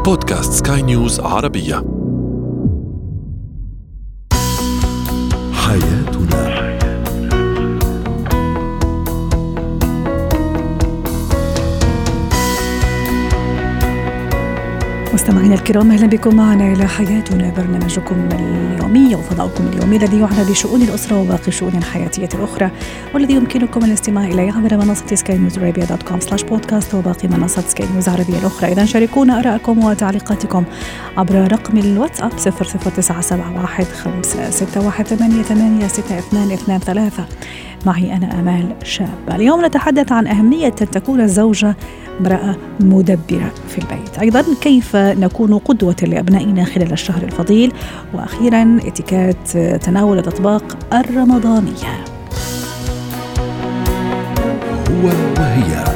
بودكاست سكاي نيوز عربية. حياتنا. مستمعينا الكرام، أهلا بكم معنا إلى حياتنا، برنامجكم اليومي وفضاؤكم اليومي الذي يعنى بشؤون الأسرة وباقي الشؤون الحياتية الأخرى، والذي يمكنكم الاستماع إليه عبر منصة skynewsarabia.com/podcast وباقي منصات سكاي نيوز عربية الأخرى. إذن شاركونا آراءكم وتعليقاتكم عبر رقم الواتساب 00971561886223. معي أنا آمال شابة. اليوم نتحدث عن أهمية أن تكون الزوجة امرأة مدبرة في البيت، أيضا كيف نكون قدوة لأبنائنا خلال الشهر الفضيل، وأخيرا اتكات تناول الأطباق الرمضانية. هو وهي.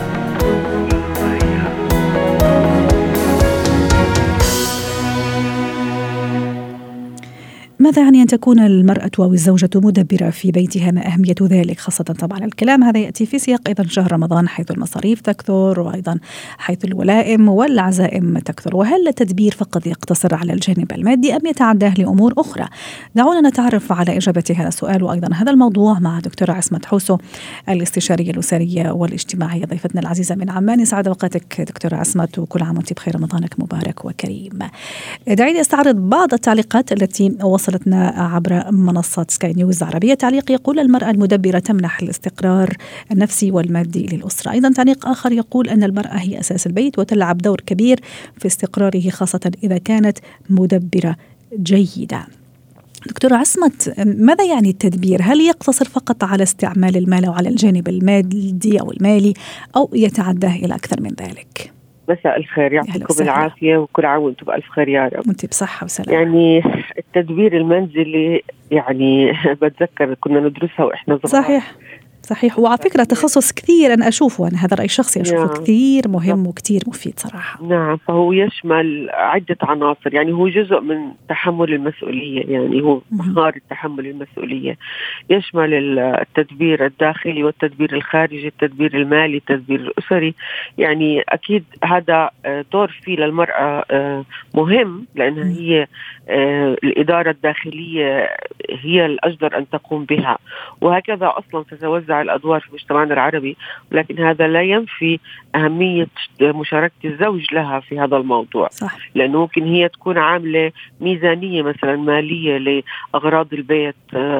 ماذا يعني أن تكون المرأة أو الزوجة مدبرة في بيتها؟ ما أهمية ذلك؟ خاصة طبعا الكلام هذا يأتي في سياق أيضا شهر رمضان، حيث المصاريف تكثر وأيضا حيث الولائم والعزائم تكثر. وهل التدبير فقط يقتصر على الجانب المادي أم يتعداه لأمور أخرى؟ دعونا نتعرف على إجابة هذا السؤال وأيضا هذا الموضوع مع دكتورة عصمت حوسو، الاستشارية الأسرية والاجتماعية، ضيفتنا العزيزة من عمان. يسعد أوقاتك دكتورة عصمت، وكل عام وأنت بخير، رمضانك مبارك وكريم. دعيني أستعرض بعض التعليقات التي وصلتنا عبر منصات سكاي نيوز عربية. تعليق يقول: المرأة المدبرة تمنح الاستقرار النفسي والمادي للأسرة. أيضا تعليق آخر يقول أن المرأة هي أساس البيت وتلعب دور كبير في استقراره، خاصة إذا كانت مدبرة جيدة. دكتورة عصمت، ماذا يعني التدبير؟ هل يقتصر فقط على استعمال المال أو على الجانب المادي أو المالي، أو يتعداه إلى أكثر من ذلك؟ مساء الخير، يعطيكم العافية وكل عام وانتم بألف خير يا رب. وانت بصحة وسلامة. يعني التدبير المنزلي يعني بتذكر كنا ندرسها وإحنا صغار. صحيح. وعلى فكرة تخصص كثير أنا أشوفه، أنا هذا رأي شخصي أشوفه كثير مهم وكثير مفيد صراحة. نعم، فهو يشمل عدة عناصر، يعني هو جزء من تحمل المسؤولية، يعني هو مهارة تحمل المسؤولية. يشمل التدبير الداخلي والتدبير الخارجي، التدبير المالي، التدبير الأسري. يعني أكيد هذا دور فيه للمرأة مهم، لأنها هي الإدارة الداخلية هي الأجدر أن تقوم بها، وهكذا أصلا تتوزع الأدوار في مجتمعنا العربي. ولكن هذا لا ينفي أهمية مشاركة الزوج لها في هذا الموضوع. صح. لأنه ممكن هي تكون عاملة ميزانية مثلا مالية لأغراض البيت،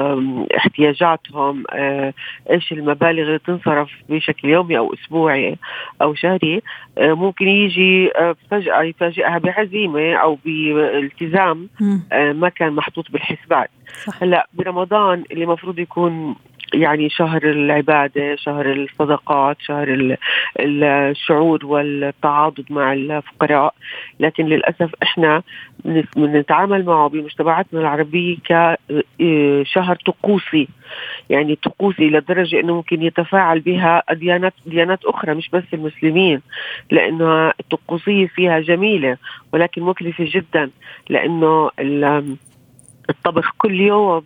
احتياجاتهم، إيش المبالغ اللي تنصرف بشكل يومي أو أسبوعي أو شهري. ممكن يجي فجأة يفاجئها بعزيمة أو بالتزام ما كان محطوط بالحسبات. هلا برمضان اللي مفروض يكون يعني شهر العبادة، شهر الصدقات، شهر الشعور والتعاضد مع الفقراء، لكن للأسف إحنا نتعامل معه بمجتمعاتنا العربية كشهر طقوسي، يعني طقوسي لدرجة أنه ممكن يتفاعل بها ديانات أخرى مش بس المسلمين، لأنه الطقوسية فيها جميلة ولكن مكلفة جدا، لأنه الطبخ كل يوم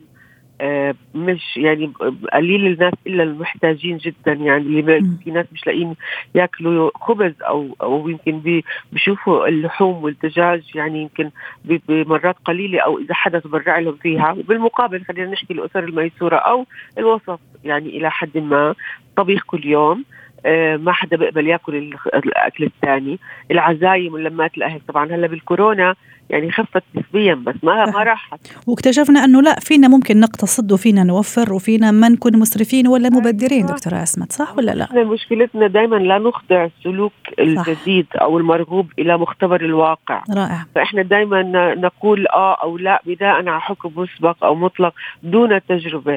مش يعني قليل الناس إلا المحتاجين جدا، يعني في ناس مش لاقين يأكلوا خبز أو يمكن بيشوفوا اللحوم والدجاج يعني يمكن بمرات قليلة أو إذا حدا تبرع لهم فيها. وبالمقابل خلينا نحكي الأسر الميسورة أو الوسط، يعني إلى حد ما طبيخ كل يوم، ما حدا بيقبل يأكل الأكل الثاني. العزايم ولمات الأهل طبعا هلا بالكورونا يعني خفت نسبيا بس ما راحت، واكتشفنا أنه لا، فينا ممكن نقتصد وفينا نوفر وفينا ما نكون مسرفين ولا مبذرين. دكتورة عصمت، صح ولا لا؟ مشكلتنا دايما لا نخضع السلوك الجديد أو المرغوب إلى مختبر الواقع. رائع. فإحنا دايما نقول أو لا بناء على حكم مسبق أو مطلق دون تجربة،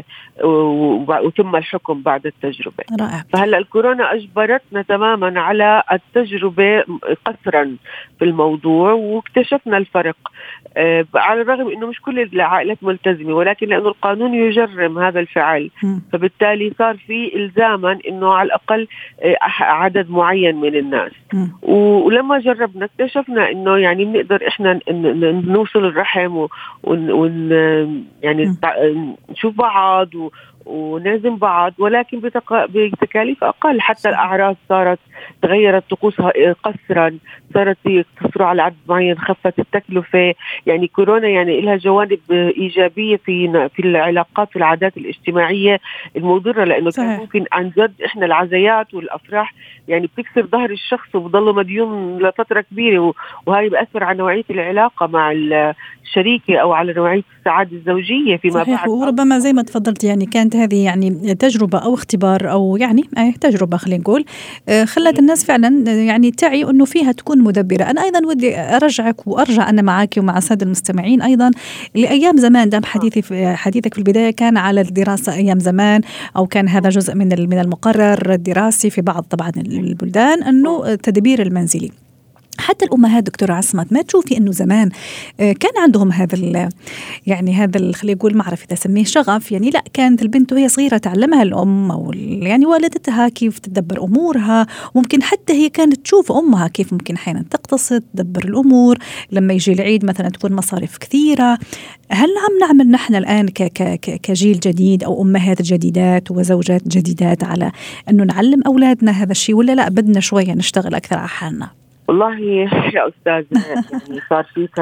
وتم الحكم بعد التجربة. رائع. فهلأ الكورونا أجبرتنا تماما على التجربة قصرا في الموضوع، واكتشفنا الفرق. على الرغم أنه مش كل العائلات ملتزمة، ولكن لأنه القانون يجرم هذا الفعل فبالتالي صار في إلزاما أنه على الأقل عدد معين من الناس. ولما جربنا اكتشفنا أنه يعني بنقدر إحنا نوصل الرحم يعني نشوف بعض ونعزم بعض، ولكن بتكاليف أقل. حتى الأعراس صارت تغيرت طقوسها قسرا، صارت يقتصروا على عدد معين، خفت التكلفة. يعني كورونا يعني لها جوانب إيجابية في العلاقات في العادات الاجتماعية المضرة، لأنه كان ممكن عن جد إحنا العزيات والأفراح يعني بتكسر ظهر الشخص وبضله مديون لفترة كبيرة، وهي بأثر على نوعية العلاقة مع الشريكة أو على نوعية السعادة الزوجية فيما بعد. وربما زي ما تفضلت يعني كانت هذه يعني تجربة أو اختبار أو يعني تجربة خلينا نقول خلت الناس فعلا يعني تعي أنه فيها تكون مدبرة. أنا أيضا ودي أرجعك وأرجع أنا معك ومع السادة المستمعين أيضا لأيام زمان. دام حديثك في البداية كان على الدراسة أيام زمان، أو كان هذا جزء من المقرر الدراسي في بعض طبعا البلدان أنه التدبير المنزلي. حتى الأمهات دكتورة عصمت ما تشوفي أنه زمان كان عندهم هذا خلينا نقول معرفة إذا سميه شغف، يعني لا كانت البنت وهي صغيرة تعلمها الأم أو يعني والدتها كيف تدبر أمورها، وممكن حتى هي كانت تشوف أمها كيف ممكن أحيانا تقتصد تدبر الأمور لما يجي العيد مثلا تكون مصاريف كثيرة. هل عم نعمل نحن الآن كجيل جديد أو أمهات جديدات وزوجات جديدات على أنه نعلم أولادنا هذا الشيء، ولا لا بدنا شوية نشتغل أكثر على حالنا؟ والله يا أستاذ يعني صار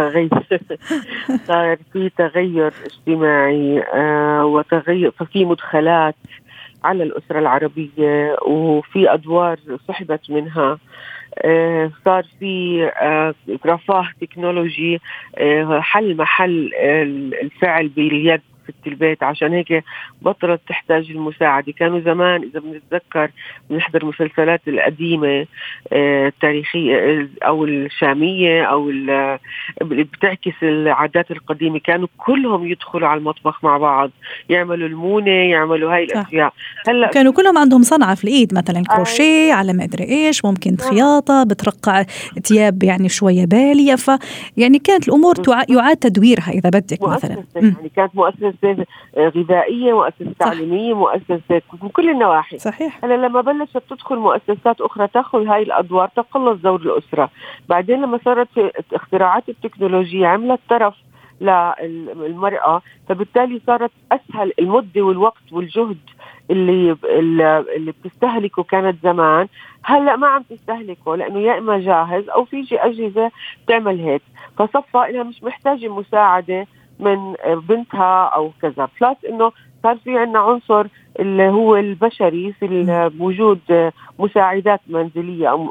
في تغير اجتماعي وتغير، ففي مدخلات على الأسرة العربية وفي أدوار سحبت منها. صار في رفاه تكنولوجي حل محل الفعل باليد في البيت، عشان هيك بطلت تحتاج المساعدة. كانوا زمان إذا بنتذكر بنحضر المسلسلات القديمة التاريخية أو الشامية أو اللي بتعكس العادات القديمة، كانوا كلهم يدخلوا على المطبخ مع بعض، يعملوا المونة، يعملوا هاي الأشياء. هلا كانوا كلهم عندهم صنعة في الإيد، مثلا كروشيه على ما أدري إيش، ممكن خياطة بترقع ثياب يعني شوية بالية، يعني كانت الأمور يعاد تدويرها إذا بدك مثلا. يعني كانت مؤسسة غذائية، مؤسسة تعليمية، مؤسسة من كل النواحي. صحيح. هلا لما بلشت تدخل مؤسسات أخرى تأخذ هاي الأدوار تقلص دور الأسرة. بعدين لما صارت اختراعات التكنولوجيا عملت طرف للمرأة، فبالتالي صارت أسهل المدة والوقت والجهد اللي بتستهلكه كانت زمان، هلأ ما عم تستهلكه، لأنه يا إما جاهز أو في أجهزة تعمل هيك، فصفى إنها مش محتاجة مساعدة من بنتها أو كذا. بلس إنه صار في عنا عنصر اللي هو البشري في وجود مساعدات منزلية أو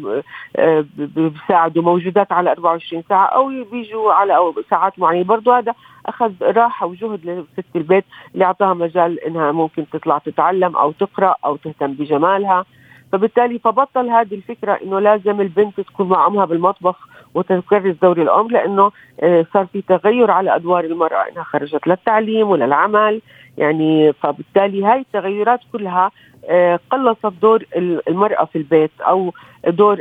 بيساعدوا موجودات على 24 ساعة أو بيجوا على ساعات معينة. برضو هذا أخذ راحة وجهد لست البيت اللي أعطاها مجال إنها ممكن تطلع تتعلم أو تقرأ أو تهتم بجمالها. فبالتالي فبطل هذه الفكرة إنه لازم البنت تكون مع أمها بالمطبخ وتكرس دور الأم، لأنه صار في تغير على أدوار المرأة، إنها خرجت للتعليم وللعمل يعني. فبالتالي هاي التغيرات كلها قلصت دور المرأة في البيت أو دور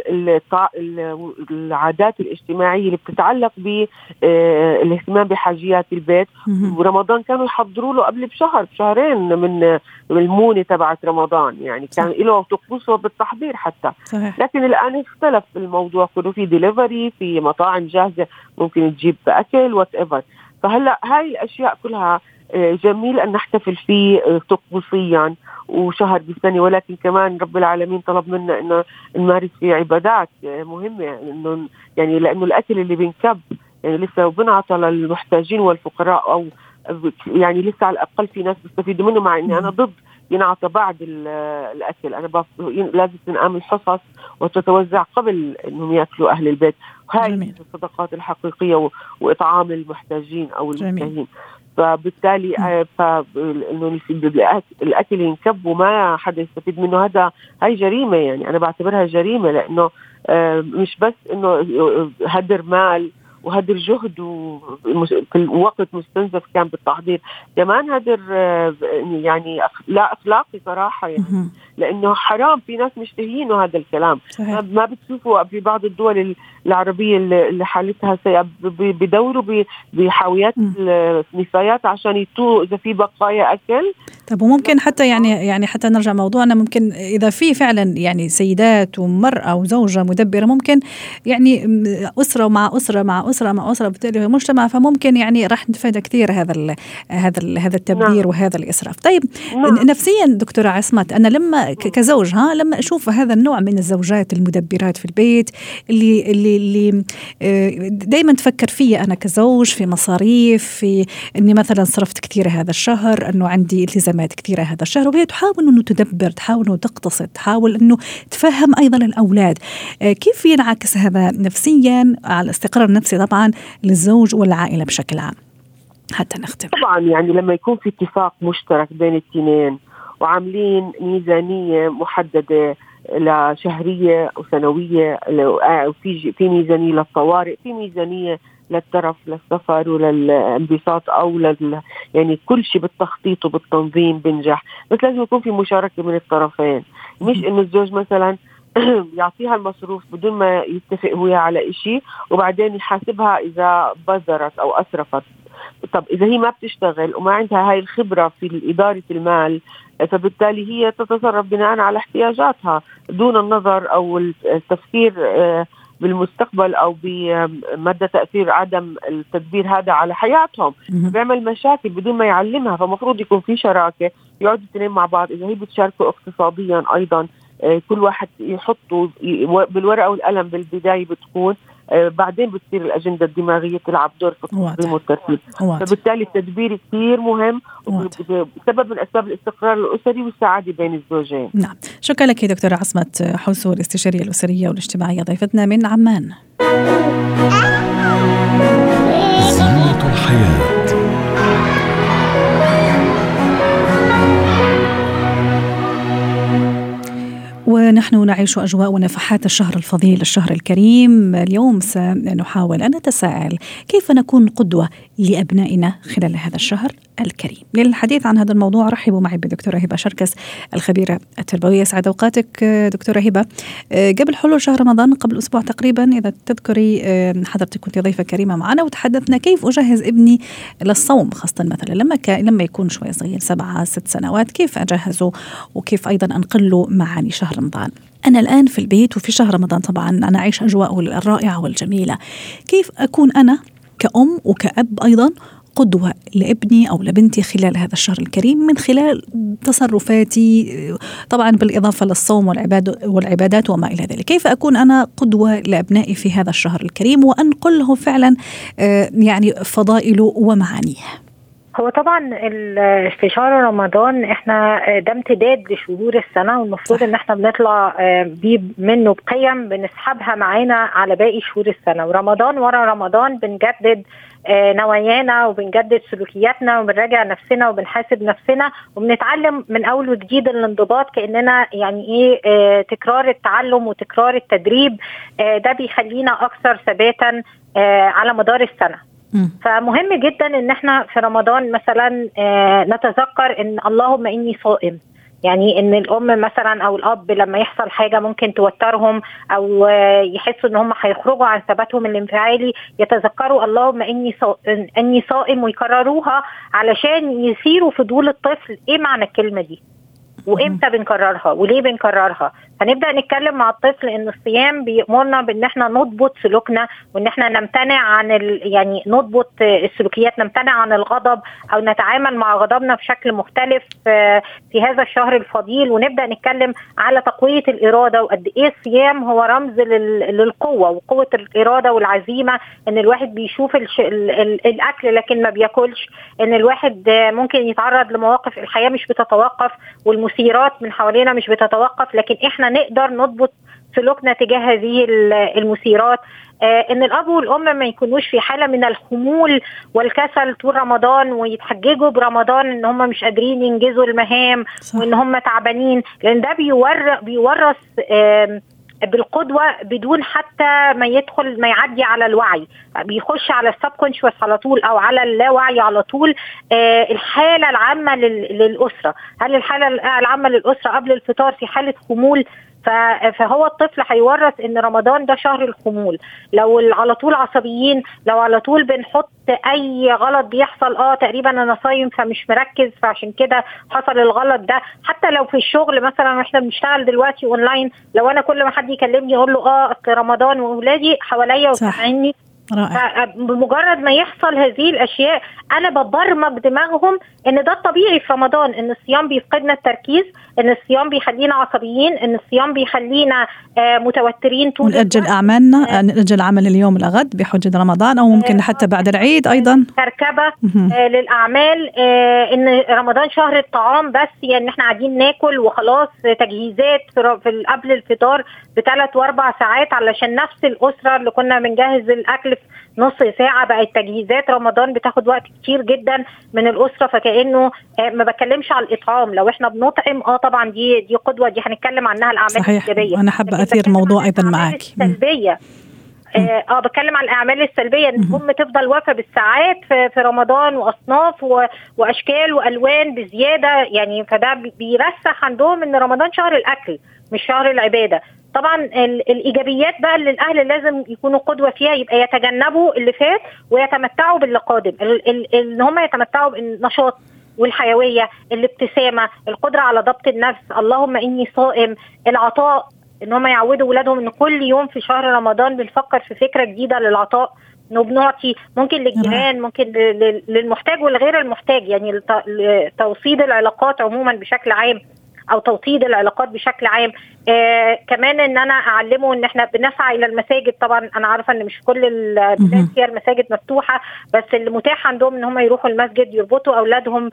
العادات الاجتماعية اللي بتتعلق بالاهتمام بحاجيات البيت. ورمضان كانوا يحضروا له قبل بشهرين من المونة تبعت رمضان، يعني كان له طقوسه بالتحضير حتى. صحيح. لكن الآن اختلف الموضوع، كله في ديليفري، في مطاعم جاهزة ممكن تجيب أكل وات ايفر. فهلأ هاي الأشياء كلها جميل أن نحتفل فيه طقوسيا وشهر بالسنة، ولكن كمان رب العالمين طلب منا إنه نمارس فيه عبادات مهمة، إنه يعني لأنه الأكل اللي بينكب يعني لسه بنعطى للمحتاجين والفقراء، أو يعني لسه على الأقل في ناس بيستفيدوا منه، مع إني أنا ضد ينعطى بعد الأكل. أنا لازم تنعمل حصص وتتوزع قبل إنهم يأكلوا أهل البيت، وهاي الصدقات الحقيقية وإطعام المحتاجين أو المحتاجين. فبالتالي إنه الأكل ينكب وما حدا يستفيد منه، هاي جريمة. يعني أنا بعتبرها جريمة، لأنه مش بس إنه هدر مال وهدر جهد وفي الوقت مستنزف كان بالتحضير، كمان هدر يعني لا أخلاقي صراحة يعني. لأنه حرام، في ناس مشتهينه هذا الكلام. ما بتشوفوا في بعض الدول العربية اللي حالتها سيئة بدوروا بحاويات النفايات عشان يطووا إذا في بقايا أكل طب وممكن حتى يعني حتى نرجع موضوعنا، ممكن إذا في فعلا يعني سيدات ومرأة وزوجة مدبرة، ممكن يعني أسرة مع أسرة مع أسرة مع أسرة، بالتالي مجتمع، فممكن يعني راح نتفادى كثير هذا التبذير وهذا الإسراف. طيب نفسيا دكتورة عصمت، أنا لما كزوج لما أشوف هذا النوع من الزوجات المدبرات في البيت اللي دايما تفكر فيه أنا كزوج في مصاريف، في أني مثلا صرفت كثير هذا الشهر، أنه عندي التزامات كثيرة هذا الشهر، وهي تحاول أنه تدبر، تحاول أنه تقتصد، تحاول أنه تفهم أيضا الأولاد. كيف ينعكس هذا نفسيا على الاستقرار النفسي طبعا للزوج والعائلة بشكل عام؟ حتى نختم. طبعا يعني لما يكون في اتفاق مشترك بين الاثنين وعاملين ميزانية محددة لشهرية وسنوية، وفي ميزانية للطوارئ، في ميزانية للترف، للسفر وللانبساط أو يعني كل شيء بالتخطيط وبالتنظيم بنجح. بس لازم يكون في مشاركة من الطرفين، مش إنه الزوج مثلا يعطيها المصروف بدون ما يتفق هو على إشي وبعدين يحاسبها إذا بذرت أو أسرفت. طب إذا هي ما بتشتغل وما عندها هاي الخبرة في إدارة المال، فبالتالي هي تتصرف بناء على احتياجاتها دون النظر أو التفكير بالمستقبل أو بمدى تأثير عدم التدبير هذا على حياتهم. بيعمل مشاكل بدون ما يعلمها. فمفروض يكون في شراكة، يقعدوا الاثنين مع بعض. إذا هي بتشاركوا اقتصاديا أيضا، كل واحد يحطوا بالورقة والقلم بالبداية بتكون، بعدين بتصير الأجندة الدماغية تلعب دور في التنظيم والترتيب. فبالتالي التدبير كثير مهم وسبب من أسباب الاستقرار الأسري والسعادة بين الزوجين. نعم، شكرا لك دكتورة عصمت حسور، الاستشارية الأسرية والاجتماعية، ضيفتنا من عمان. زينة الحياة. ونحن نعيش أجواء ونفحات الشهر الفضيل، الشهر الكريم. اليوم سنحاول أن نتساءل كيف نكون قدوة لأبنائنا خلال هذا الشهر الكريم. للحديث عن هذا الموضوع رحبوا معي بدكتورة هبة شركس، الخبيرة التربوية. سعد أوقاتك دكتورة هبة. قبل حلول شهر رمضان، قبل أسبوع تقريبا إذا تذكري، حضرتك كنت ضيفة كريمة معنا وتحدثنا كيف أجهز ابني للصوم، خاصة مثلا لما يكون شوي صغير 7-6 سنوات، كيف أجهزه وكيف أيضا أنقله معاني شهر رمضان. أنا الآن في البيت وفي شهر رمضان طبعا أنا أعيش أجواءه الرائعة والجميلة. كيف أكون أنا كأم وكأب أيضا قدوة لابني أو لبنتي خلال هذا الشهر الكريم من خلال تصرفاتي، طبعا بالإضافة للصوم والعبادات وما إلى ذلك؟ كيف أكون أنا قدوة لأبنائي في هذا الشهر الكريم وأنقله فعلا يعني فضائله ومعانيه؟ هو طبعا في شهر رمضان احنا ده امتداد لشهور السنة، والمفروض ان احنا بنطلع منه بقيم بنسحبها معانا على باقي شهور السنة. ورمضان ورا رمضان بنجدد نوايانا وبنجدد سلوكياتنا وبنراجع نفسنا وبنحاسب نفسنا وبنتعلم من اول وجديد الانضباط، كأننا يعني ايه تكرار التعلم وتكرار التدريب. ده بيخلينا اكثر ثباتا على مدار السنة. فمهم جدا ان احنا في رمضان مثلا نتذكر ان اللهم اني صائم. يعني ان الام مثلا او الاب لما يحصل حاجه ممكن توترهم او يحسوا ان هم هيخرجوا عن ثباتهم الانفعالي، يتذكروا اللهم اني صائم ويكرروها علشان يثيروا فضول الطفل ايه معنى الكلمه دي وامتى بنكررها وليه بنكررها. فنبدأ نتكلم مع الطفل ان الصيام بيأمرنا بان احنا نضبط سلوكنا وان احنا نمتنع عن يعني نضبط السلوكيات، نمتنع عن الغضب او نتعامل مع غضبنا بشكل مختلف في هذا الشهر الفضيل. ونبدأ نتكلم على تقوية الإرادة وقد ايه الصيام هو رمز للقوة وقوة الإرادة والعزيمة. ان الواحد بيشوف الأكل لكن ما بياكلش، ان الواحد ممكن يتعرض لمواقف الحياة مش بتتوقف والمثيرات من حوالينا مش بتتوقف، لكن احنا نقدر نضبط سلوكنا تجاه هذه المثيرات. ان الاب والام ما يكونوش في حاله من الخمول والكسل طول رمضان ويتحججوا برمضان ان هم مش قادرين ينجزوا المهام وان هم تعبانين، لان ده بيورث بالقدوة بدون حتى ما يعدي على الوعي، بيخش على السبكونشوس على طول أو على اللاوعي على طول. الحالة العامة للأسرة، هل الحالة العامة للأسرة قبل الفطار في حالة خمول؟ فهو الطفل هيورث ان رمضان ده شهر الخمول. لو على طول عصبيين، لو على طول بنحط اي غلط بيحصل تقريبا انا صايم فمش مركز فعشان كده حصل الغلط ده. حتى لو في الشغل مثلا، احنا بنشتغل دلوقتي اونلاين، لو انا كل ما حد يكلمني اقول له رمضان واولادي حواليا وسامعيني، بمجرد ما يحصل هذه الاشياء انا ببرمج دماغهم ان ده الطبيعي في رمضان، ان الصيام بيفقدنا التركيز، ان الصيام بيخلينا عصبيين، ان الصيام بيخلينا متوترين طول الوقت. نأجل اعمالنا، نأجل عمل اليوم لغد بحجة رمضان، او ممكن حتى بعد العيد ايضا تركبة للاعمال. ان رمضان شهر الطعام بس، يعني احنا قاعدين ناكل وخلاص، تجهيزات في قبل الفطار ب3 و4 ساعات علشان نفس الاسره اللي كنا بنجهز الاكل في نص ساعه، بقت تجهيزات رمضان بتاخد وقت كتير جدا من الاسره. فكانه ما بتكلمش على الاطعام، لو احنا بنطعم طبعا دي قدوه، دي هنتكلم عنها الاعمال الإيجابية. انا حابه اثير الموضوع ايضا معاك السلبيه. بتكلم على الاعمال السلبيه، ان الام تفضل واقفه بالساعات في رمضان، واصناف واشكال والوان بزياده، يعني فده بيرسخ عندهم ان رمضان شهر الاكل مش شهر العباده. طبعا الايجابيات بقى اللي الاهل لازم يكونوا قدوه فيها، يبقى يتجنبوا اللي فات ويتمتعوا باللي قادم، ان هم يتمتعوا بالنشاط والحيويه، الابتسامه، القدره على ضبط النفس، اللهم اني صائم، العطاء، ان هم يعودوا ولادهم ان كل يوم في شهر رمضان بنفكر في فكره جديده للعطاء، انه بنعطي ممكن للجيران، ممكن للمحتاج والغير المحتاج، يعني توصيل العلاقات عموما بشكل عام، او توطيد العلاقات بشكل عام. كمان ان انا اعلمه ان احنا بنسعى الى المساجد. طبعا انا عارفه ان مش كل البلاد فيها المساجد مفتوحه، بس اللي متاح عندهم ان هم يروحوا المسجد، يربطوا اولادهم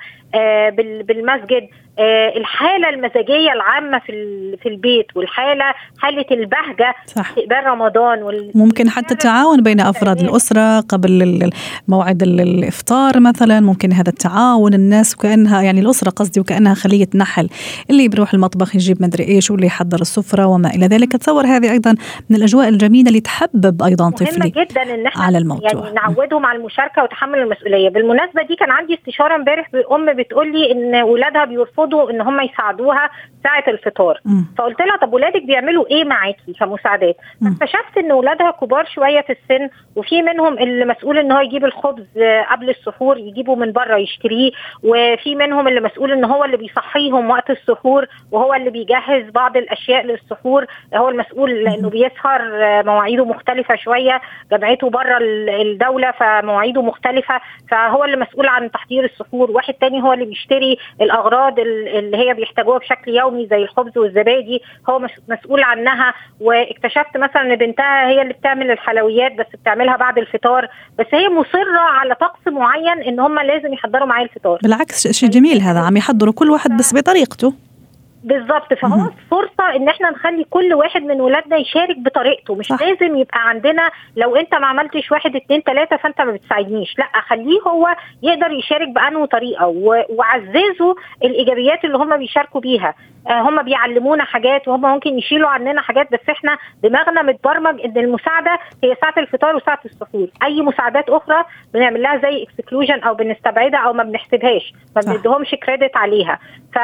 بالمسجد. الحاله المزاجيه العامه في البيت، حاله البهجه استقبال رمضان، ممكن حتى التعاون بين افراد الاسره قبل موعد الافطار مثلا، ممكن هذا التعاون، الناس وكانها يعني الاسره قصدي وكانها خليه نحل، اللي بيروح المطبخ يجيب مدري ايش، واللي يحضر السفره وما الى ذلك. اتصور هذه ايضا من الاجواء الجميله اللي تحبب ايضا طفلي جدا ان احنا على الموضوع، يعني نعودهم على المشاركه وتحمل المسؤوليه. بالمناسبه دي كان عندي استشاره امبارح بام بتقول لي ان اولادها بيرفضوا ان هم يساعدوها ساعه الفطار. فقلت لها طب ولادك بيعملوا ايه معاكي كمساعدات؟ فاكتشفت ان اولادها كبار شويه في السن، وفي منهم اللي مسؤول ان هو يجيب الخبز قبل السحور يجيبه من بره يشتريه، وفي منهم اللي مسؤول ان هو اللي بيصحيهم وقت السحور، وهو اللي بيجهز بعض الاشياء للسحور، هو المسؤول لانه بيسهر، مواعيده مختلفه شويه، جامعته بره الدوله فمواعيده مختلفه، فهو اللي مسؤول عن تحضير السحور. واحد تاني هو اللي بيشتري الاغراض اللي هي بيحتاجوها بشكل يومي زي الخبز والزبادي، هو مسؤول عنها. واكتشفت مثلا ان بنتها هي اللي بتعمل الحلويات، بس بتعملها بعد الفطار، بس هي مصره على طقس معين ان هم لازم يحضروا معايا الفطار. بالعكس شيء جميل هذا، عم يحضروا كل واحد بس بطريقته. بالظبط. فهو فرصة ان احنا نخلي كل واحد من ولادنا يشارك بطريقته، مش لازم يبقى عندنا لو انت ما عملتش 1 2 3 فانت ما بتساعدنيش، لا، خليه هو يقدر يشارك بأنه طريقة، وعززوا الايجابيات اللي هم بيشاركوا بيها. هم بيعلمونا حاجات وهم ممكن يشيلوا عننا حاجات، بس احنا دماغنا متبرمج ان المساعدة هي ساعة الفطار وساعة السحور، اي مساعدات اخرى بنعمل لها زي اكسكلوجن او بنستبعدها او ما بنحسبهاش، ما بندهمش كريدت عليها.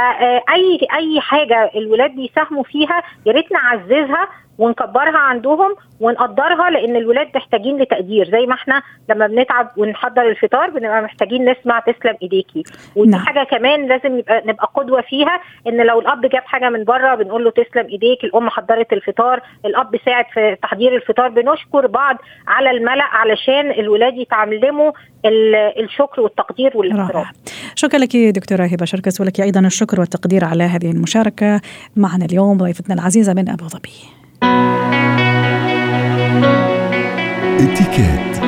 فاي حاجة الولاد بيساهموا فيها يا ريت نعززها ونكبرها عندهم ونقدرها، لان الولاد محتاجين لتقدير، زي ما احنا لما بنتعب ونحضر الفطار بنبقى محتاجين نسمع تسلم ايديكي. ودي حاجه كمان لازم نبقى قدوه فيها، ان لو الاب جاب حاجه من بره بنقول له تسلم ايديك، الام حضرت الفطار، الاب ساعد في تحضير الفطار، بنشكر بعض على الملأ علشان الولاد يتعلموا الشكر والتقدير والاحترام. شكرا لك دكتوره هبه شركس، ولك ايضا الشكر والتقدير على هذه المشاركه معنا اليوم، ضيفتنا العزيزه من ابو ظبي. اتكات.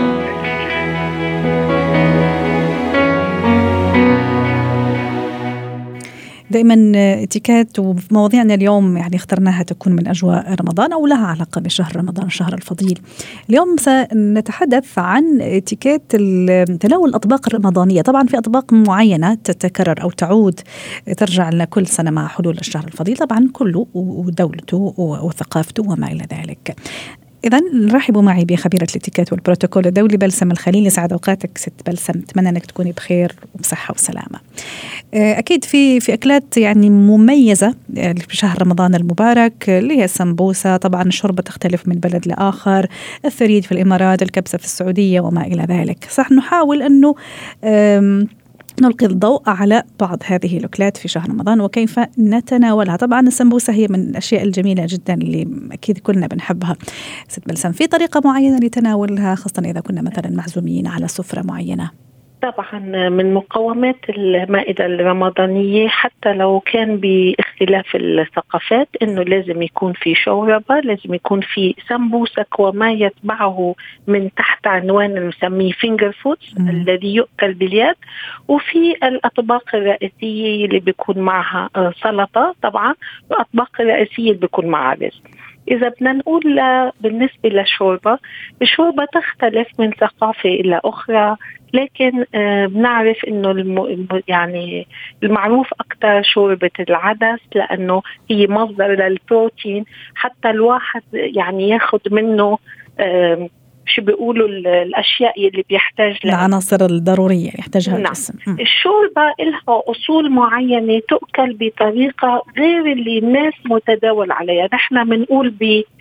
دائما اتكات، ومواضيعنا اليوم يعني اخترناها تكون من أجواء رمضان أو لها علاقة بشهر رمضان الشهر الفضيل. اليوم سنتحدث عن اتكات تناول الأطباق الرمضانية. طبعا في أطباق معينة تتكرر أو تعود ترجع لنا كل سنة مع حلول الشهر الفضيل، طبعا كله ودولته وثقافته وما إلى ذلك. إذن نرحبوا معي بخبيرة الاتيكيت والبروتوكول الدولي بلسم الخليل. يسعد أوقاتك ست بلسم، أتمنى أنك تكوني بخير وبصحة وسلامة. أكيد في أكلات يعني مميزة في شهر رمضان المبارك اللي هي السمبوسة، طبعا الشوربة تختلف من بلد لآخر، الثريد في الإمارات، الكبسة في السعودية وما إلى ذلك. صح نحاول أنه نلقي الضوء على بعض هذه الأكلات في شهر رمضان وكيف نتناولها. طبعا السمبوسة هي من الأشياء الجميلة جدا اللي أكيد كلنا بنحبها. ست بلسم، في طريقة معينة لتناولها خاصة إذا كنا مثلا معزومين على سفرة معينة؟ طبعا من مقومات المائدة الرمضانية حتى لو كان باختلاف الثقافات انه لازم يكون في شوربة، لازم يكون في سمبوسك وما يتبعه من تحت عنوان نسميه فينجر فودز الذي يؤكل باليد، وفي الأطباق الرئيسية اللي بيكون معها سلطة طبعا، والأطباق الرئيسية اللي بيكون معها رز. إذا بدنا نقول بالنسبة للشوربة، الشوربة تختلف من ثقافة إلى أخرى، لكن بنعرف إنه يعني المعروف أكتر شوربة العدس، لأنه هي مصدر للبروتين حتى الواحد يعني ياخد منه شو بيقولوا الأشياء اللي بيحتاج لها، العناصر الضرورية يحتاجها الجسم. الشوربة إلها أصول معينة تؤكل بطريقة غير اللي الناس متداول عليها. نحن بنقول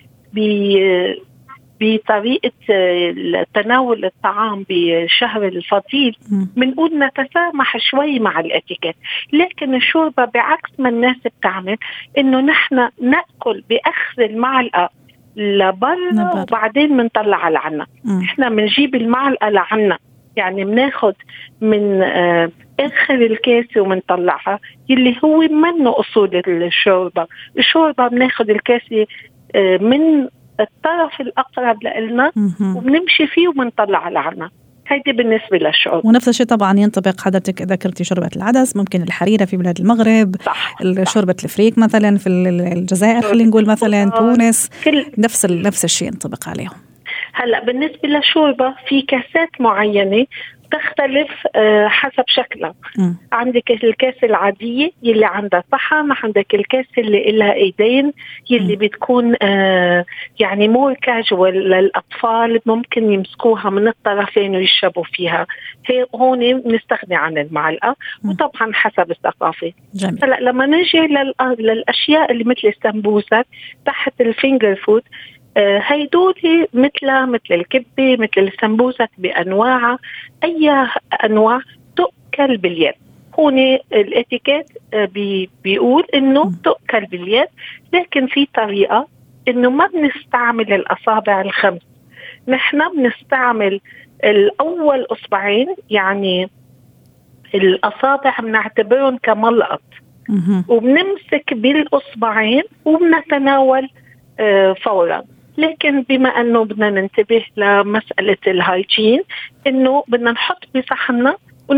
بطريقة تناول الطعام بشهر الفضيل بنقول نتسامح شوي مع الاتيكيت، لكن الشوربة بعكس ما الناس بتعمل إنه نحن نأكل بأخذ المعلقة لبرا وبعدين منطلع على العنا. احنا منجيب المعلقة لعنا، يعني مناخد من آخر الكاسة ومنطلعها، اللي هو منه أصول الشوربة. الشوربة مناخد الكاسة من الطرف الأقرب لنا وبنمشي فيه ومنطلع على العنا. هيدي بالنسبة للشعور. ونفس الشيء طبعا ينطبق، حضرتك ذكرتي شوربة العدس، ممكن الحريرة في بلاد المغرب، شوربة الفريك مثلا في الجزائر، خلينا نقول مثلا تونس، نفس الشيء ينطبق عليهم. هلأ بالنسبة للشوربة في كاسات معينة تختلف حسب شكلها. عندك الكاس العادية يلي عندها صحن، عندك الكاس اللي إلها إيدين يلي بتكون يعني مور كاجوال للأطفال، ممكن يمسكوها من الطرفين ويشربوا فيها. هون نستغني عن المعلقة، وطبعا حسب الثقافة. هلأ لما نجي للأشياء اللي مثل السمبوسة تحت الفينجر فود، هيدول مثل الكبة، مثل السمبوسة بأنواعها، أي أنواع تؤكل باليد. هون الاتيكيت بيقول إنه تؤكل باليد، لكن في طريقة إنه ما بنستعمل الأصابع الخمس، نحن بنستعمل الأول أصبعين، يعني الأصابع بنعتبرهم كملقط، وبنمسك بالأصبعين وبنتناول فورا. لكن بما أنه بدنا ننتبه لمسألة الهايجين، إنه بدنا نحط بصحننا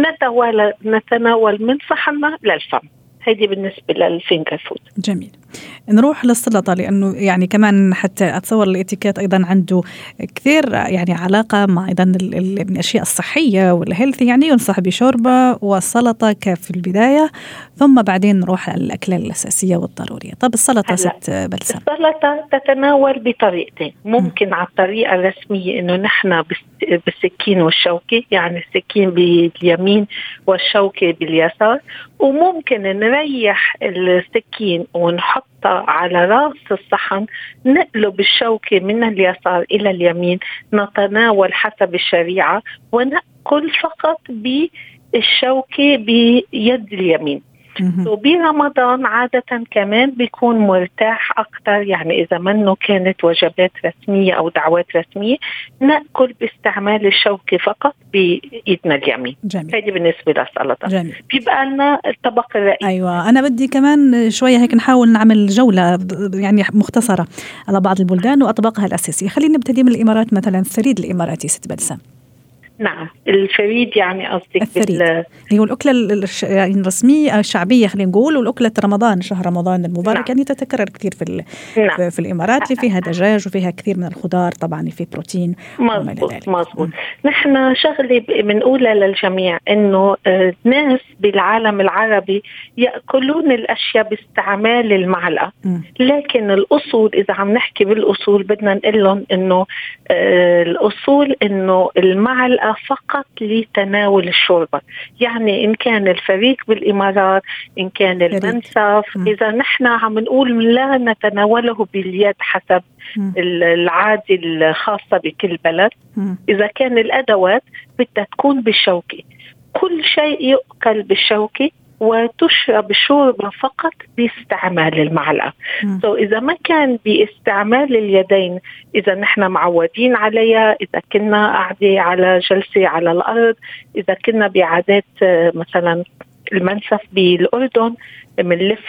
ونتناول من صحننا للفم. هيدي بالنسبة للفينجر فود. جميل. نروح للسلطة، لأنه يعني كمان حتى أتصور الاتيكيت أيضا عنده كثير يعني علاقة مع أيضا الأشياء الصحية والهيلثي، يعني ينصح بشوربة وسلطة في البداية، ثم بعدين نروح على الأكلة الأساسية والضرورية. طب السلطة ست بلسم؟ السلطة تتناول بطريقتين، ممكن على الطريقة الرسمية إنه نحن بالسكين والشوكة، يعني السكين باليمين والشوكة باليسار، وممكن نريح السكين ونحطها على رأس الصحن، نقلب الشوكة من اليسار إلى اليمين، نتناول حسب الشريعة ونأكل فقط بالشوكة بيد اليمين. وبرمضان عادة كمان بيكون مرتاح أكتر، يعني إذا منه كانت وجبات رسمية أو دعوات رسمية، نأكل باستعمال الشوكة فقط بإيدنا اليمين. هذه بالنسبة للسلطة. بيبقى لنا الطبق الرئيسي. أيوة، أنا بدي كمان شوية هيك نحاول نعمل جولة يعني مختصرة على بعض البلدان وأطباقها الأساسية. خلينا نبتدي من الإمارات مثلا، الثريد الإماراتي ست بلسم. نعم الفريد يعني قصدك اللي هو الأكلة يعني الرسمية الشعبية خلينا نقول، والأكلة رمضان شهر رمضان المبارك. نعم. يعني تتكرر كثير في الإمارات اللي فيها دجاج وفيها كثير من الخضار طبعا اللي فيه بروتين. مظبوط. نحن شغلة بنقولها للجميع إنه الناس بالعالم العربي يأكلون الأشياء باستعمال المعلقة، لكن الأصول إذا عم نحكي بالأصول بدنا نقول لهم إنه الأصول إنه المعلقة فقط لتناول الشوربة. يعني إن كان الفريق بالإمارات، إن كان المنسف، إذا نحن عم نقول لا نتناوله باليد حسب العادة الخاصة بكل بلد. إذا كان الأدوات بدها تكون بالشوكة، كل شيء يؤكل بالشوكة وتشرب الشوربة فقط باستعمال المعلقة. إذا ما كان باستعمال اليدين، إذا نحن معودين عليها، إذا كنا قاعدة على جلسة على الأرض، إذا كنا بعادات مثلا المنسف بالأردن منلف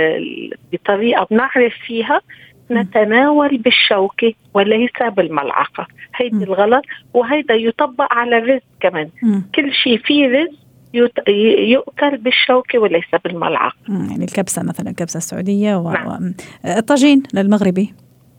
بطريقة بنعرف فيها، نتناول بالشوكة وليس بالملعقة. هيدا الغلط، وهيدا يطبق على الرز كمان. كل شيء فيه رز يؤكل بالشوكة وليس بالملعقة. يعني الكبسة مثلا، الكبسة السعودية الطاجين للمغربي،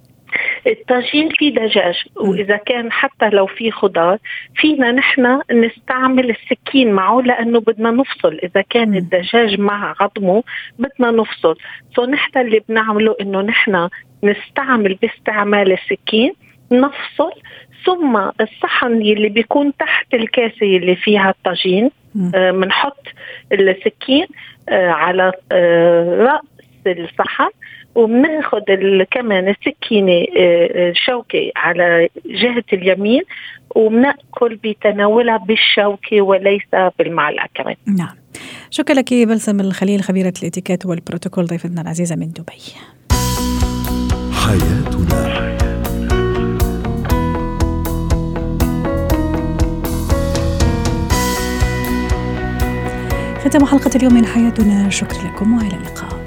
الطاجين فيه دجاج، وإذا كان حتى لو فيه خضار فينا نحن نستعمل السكين معه، لأنه بدنا نفصل. إذا كان الدجاج مع عظمه بدنا نفصل. نحن اللي بنعمله إنه نحن نستعمل باستعمال السكين، نفصل، ثم الصحن اللي بيكون تحت الكاسة اللي فيها الطاجين منحط السكين على رأس الصحن، وبناخد كمان السكينة الشوكة على جهة اليمين، وبنأكل بتناولها بالشوكة وليس بالمعلقة كمان. نعم، شكرا لك بلسم الخليل، خبيرة الاتيكيت والبروتوكول، ضيفتنا العزيزة من دبي. حياتنا. ختام حلقة اليوم من حياتنا، شكرا لكم وإلى اللقاء.